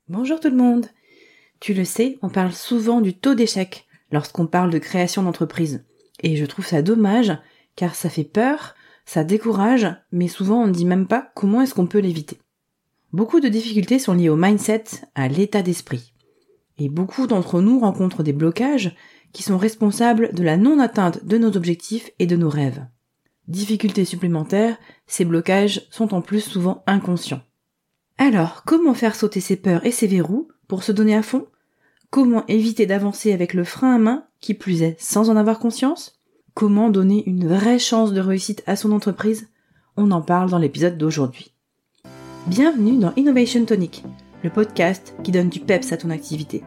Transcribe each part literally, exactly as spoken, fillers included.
Bonjour tout le monde. Tu le sais, on parle souvent du taux d'échec lorsqu'on parle de création d'entreprise. Et je trouve ça dommage, car ça fait peur, ça décourage, mais souvent on ne dit même pas comment est-ce qu'on peut l'éviter. Beaucoup de difficultés sont liées au mindset, à l'état d'esprit. Et beaucoup d'entre nous rencontrent des blocages qui sont responsables de la non-atteinte de nos objectifs et de nos rêves. Difficultés supplémentaires, ces blocages sont en plus souvent inconscients. Alors, comment faire sauter ces peurs et ces verrous pour se donner à fond ? Comment éviter d'avancer avec le frein à main, qui plus est, sans en avoir conscience ? Comment donner une vraie chance de réussite à son entreprise ? On en parle dans l'épisode d'aujourd'hui. Bienvenue dans Innovation Tonic, le podcast qui donne du peps à ton activité.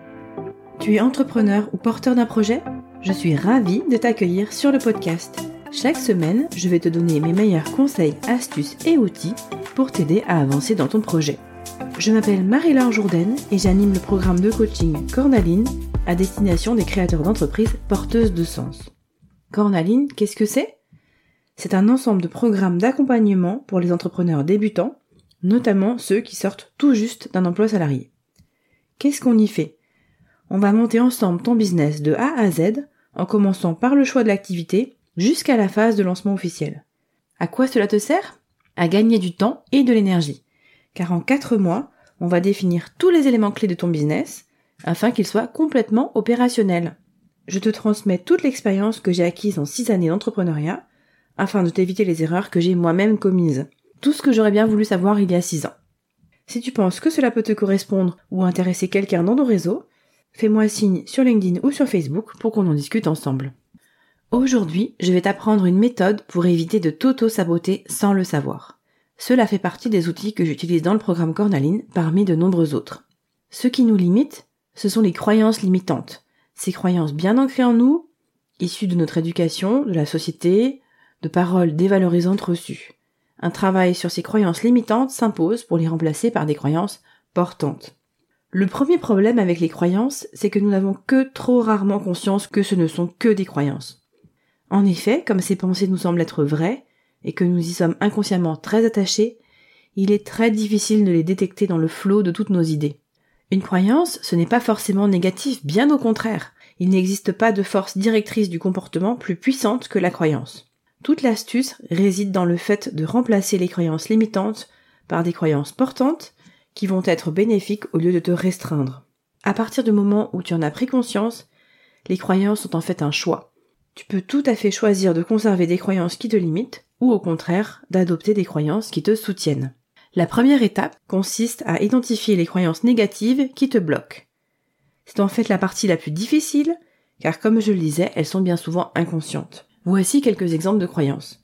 Tu es entrepreneur ou porteur d'un projet ? Je suis ravie de t'accueillir sur le podcast. Chaque semaine, je vais te donner mes meilleurs conseils, astuces et outils pour t'aider à avancer dans ton projet. Je m'appelle Marie-Laure Jourdain et j'anime le programme de coaching Cornaline à destination des créateurs d'entreprises porteuses de sens. Cornaline, qu'est-ce que c'est ? C'est un ensemble de programmes d'accompagnement pour les entrepreneurs débutants, notamment ceux qui sortent tout juste d'un emploi salarié. Qu'est-ce qu'on y fait ? On va monter ensemble ton business de A à Z, en commençant par le choix de l'activité jusqu'à la phase de lancement officiel. À quoi cela te sert ? À gagner du temps et de l'énergie. Car en quatre mois, on va définir tous les éléments clés de ton business afin qu'il soit complètement opérationnel. Je te transmets toute l'expérience que j'ai acquise en six années d'entrepreneuriat afin de t'éviter les erreurs que j'ai moi-même commises. Tout ce que j'aurais bien voulu savoir il y a six ans. Si tu penses que cela peut te correspondre ou intéresser quelqu'un dans ton réseau, fais-moi signe sur LinkedIn ou sur Facebook pour qu'on en discute ensemble. Aujourd'hui, je vais t'apprendre une méthode pour éviter de t'auto-saboter sans le savoir. Cela fait partie des outils que j'utilise dans le programme Cornaline parmi de nombreux autres. Ce qui nous limite, ce sont les croyances limitantes. Ces croyances bien ancrées en nous, issues de notre éducation, de la société, de paroles dévalorisantes reçues. Un travail sur ces croyances limitantes s'impose pour les remplacer par des croyances portantes. Le premier problème avec les croyances, c'est que nous n'avons que trop rarement conscience que ce ne sont que des croyances. En effet, comme ces pensées nous semblent être vraies, et que nous y sommes inconsciemment très attachés, il est très difficile de les détecter dans le flot de toutes nos idées. Une croyance, ce n'est pas forcément négatif, bien au contraire. Il n'existe pas de force directrice du comportement plus puissante que la croyance. Toute l'astuce réside dans le fait de remplacer les croyances limitantes par des croyances portantes qui vont être bénéfiques au lieu de te restreindre. À partir du moment où tu en as pris conscience, les croyances sont en fait un choix. Tu peux tout à fait choisir de conserver des croyances qui te limitent ou au contraire d'adopter des croyances qui te soutiennent. La première étape consiste à identifier les croyances négatives qui te bloquent. C'est en fait la partie la plus difficile car comme je le disais, elles sont bien souvent inconscientes. Voici quelques exemples de croyances.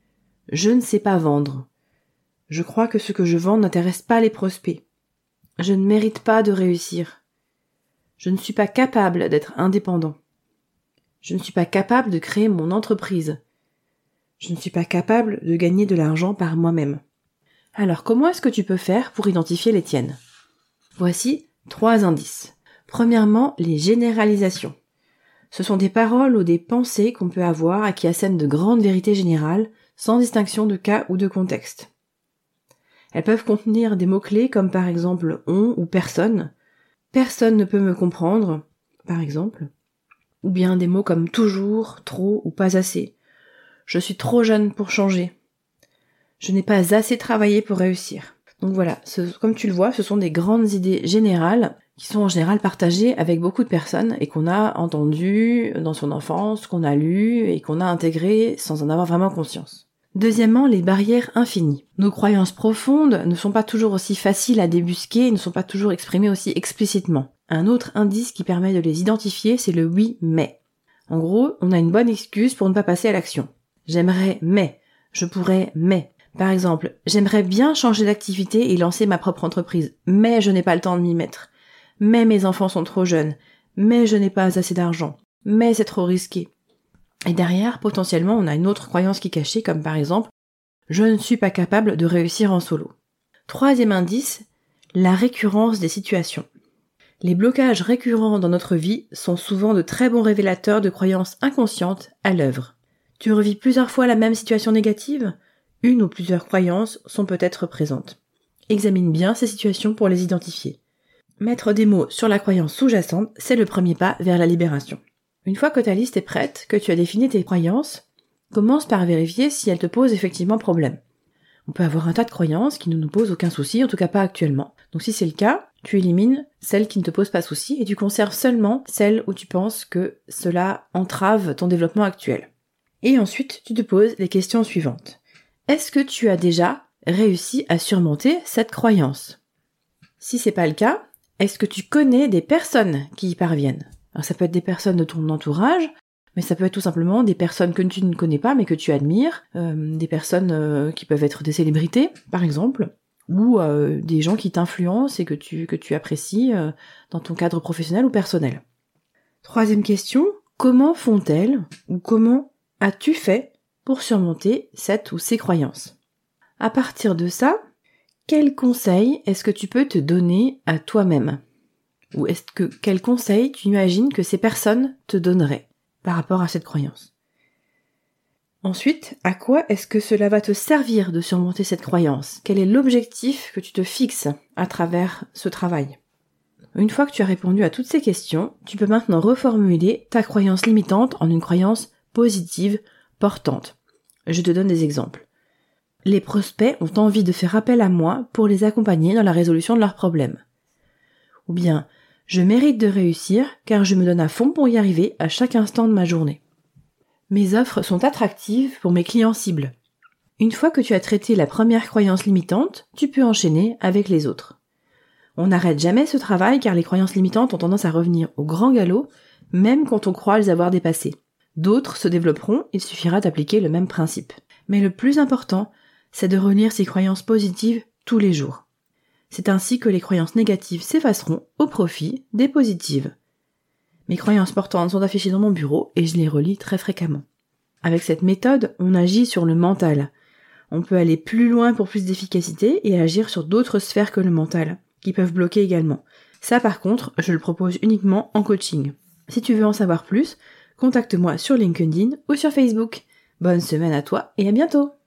Je ne sais pas vendre. Je crois que ce que je vends n'intéresse pas les prospects. Je ne mérite pas de réussir. Je ne suis pas capable d'être indépendant. Je ne suis pas capable de créer mon entreprise. Je ne suis pas capable de gagner de l'argent par moi-même. Alors, comment est-ce que tu peux faire pour identifier les tiennes ? Voici trois indices. Premièrement, les généralisations. Ce sont des paroles ou des pensées qu'on peut avoir et qui assènent de grandes vérités générales, sans distinction de cas ou de contexte. Elles peuvent contenir des mots-clés comme par exemple « on » ou « personne ». « Personne ne peut me comprendre », par exemple. Ou bien des mots comme « toujours »,« trop » ou « pas assez ». Je suis trop jeune pour changer. Je n'ai pas assez travaillé pour réussir. Donc voilà, ce, comme tu le vois, ce sont des grandes idées générales qui sont en général partagées avec beaucoup de personnes et qu'on a entendues dans son enfance, qu'on a lues et qu'on a intégrées sans en avoir vraiment conscience. Deuxièmement, les barrières infinies. Nos croyances profondes ne sont pas toujours aussi faciles à débusquer et ne sont pas toujours exprimées aussi explicitement. Un autre indice qui permet de les identifier, c'est le « oui, mais ». En gros, on a une bonne excuse pour ne pas passer à l'action. J'aimerais, mais. Je pourrais, mais. Par exemple, j'aimerais bien changer d'activité et lancer ma propre entreprise, mais je n'ai pas le temps de m'y mettre. Mais mes enfants sont trop jeunes. Mais je n'ai pas assez d'argent. Mais c'est trop risqué. Et derrière, potentiellement, on a une autre croyance qui est cachée, comme par exemple, je ne suis pas capable de réussir en solo. Troisième indice, la récurrence des situations. Les blocages récurrents dans notre vie sont souvent de très bons révélateurs de croyances inconscientes à l'œuvre. Tu revis plusieurs fois la même situation négative ? Une ou plusieurs croyances sont peut-être présentes. Examine bien ces situations pour les identifier. Mettre des mots sur la croyance sous-jacente, c'est le premier pas vers la libération. Une fois que ta liste est prête, que tu as défini tes croyances, commence par vérifier si elles te posent effectivement problème. On peut avoir un tas de croyances qui ne nous posent aucun souci, en tout cas pas actuellement. Donc si c'est le cas, tu élimines celles qui ne te posent pas souci et tu conserves seulement celles où tu penses que cela entrave ton développement actuel. Et ensuite, tu te poses les questions suivantes. Est-ce que tu as déjà réussi à surmonter cette croyance ? Si c'est pas le cas, est-ce que tu connais des personnes qui y parviennent ? Alors ça peut être des personnes de ton entourage, mais ça peut être tout simplement des personnes que tu ne connais pas mais que tu admires, euh, des personnes euh, qui peuvent être des célébrités, par exemple, ou euh, des gens qui t'influencent et que tu, que tu apprécies euh, dans ton cadre professionnel ou personnel. Troisième question, comment font-elles ou comment as-tu fait pour surmonter cette ou ces croyances ? À partir de ça, quels conseils est-ce que tu peux te donner à toi-même ? Ou est-ce que quels conseils tu imagines que ces personnes te donneraient par rapport à cette croyance ? Ensuite, à quoi est-ce que cela va te servir de surmonter cette croyance ? Quel est l'objectif que tu te fixes à travers ce travail ? Une fois que tu as répondu à toutes ces questions, tu peux maintenant reformuler ta croyance limitante en une croyance positive, portante. Je te donne des exemples. Les prospects ont envie de faire appel à moi pour les accompagner dans la résolution de leurs problèmes. Ou bien, je mérite de réussir car je me donne à fond pour y arriver à chaque instant de ma journée. Mes offres sont attractives pour mes clients cibles. Une fois que tu as traité la première croyance limitante, tu peux enchaîner avec les autres. On n'arrête jamais ce travail car les croyances limitantes ont tendance à revenir au grand galop, même quand on croit les avoir dépassées. D'autres se développeront, il suffira d'appliquer le même principe. Mais le plus important, c'est de relire ces croyances positives tous les jours. C'est ainsi que les croyances négatives s'effaceront au profit des positives. Mes croyances portantes sont affichées dans mon bureau et je les relis très fréquemment. Avec cette méthode, on agit sur le mental. On peut aller plus loin pour plus d'efficacité et agir sur d'autres sphères que le mental, qui peuvent bloquer également. Ça par contre, je le propose uniquement en coaching. Si tu veux en savoir plus, contacte-moi sur LinkedIn ou sur Facebook. Bonne semaine à toi et à bientôt!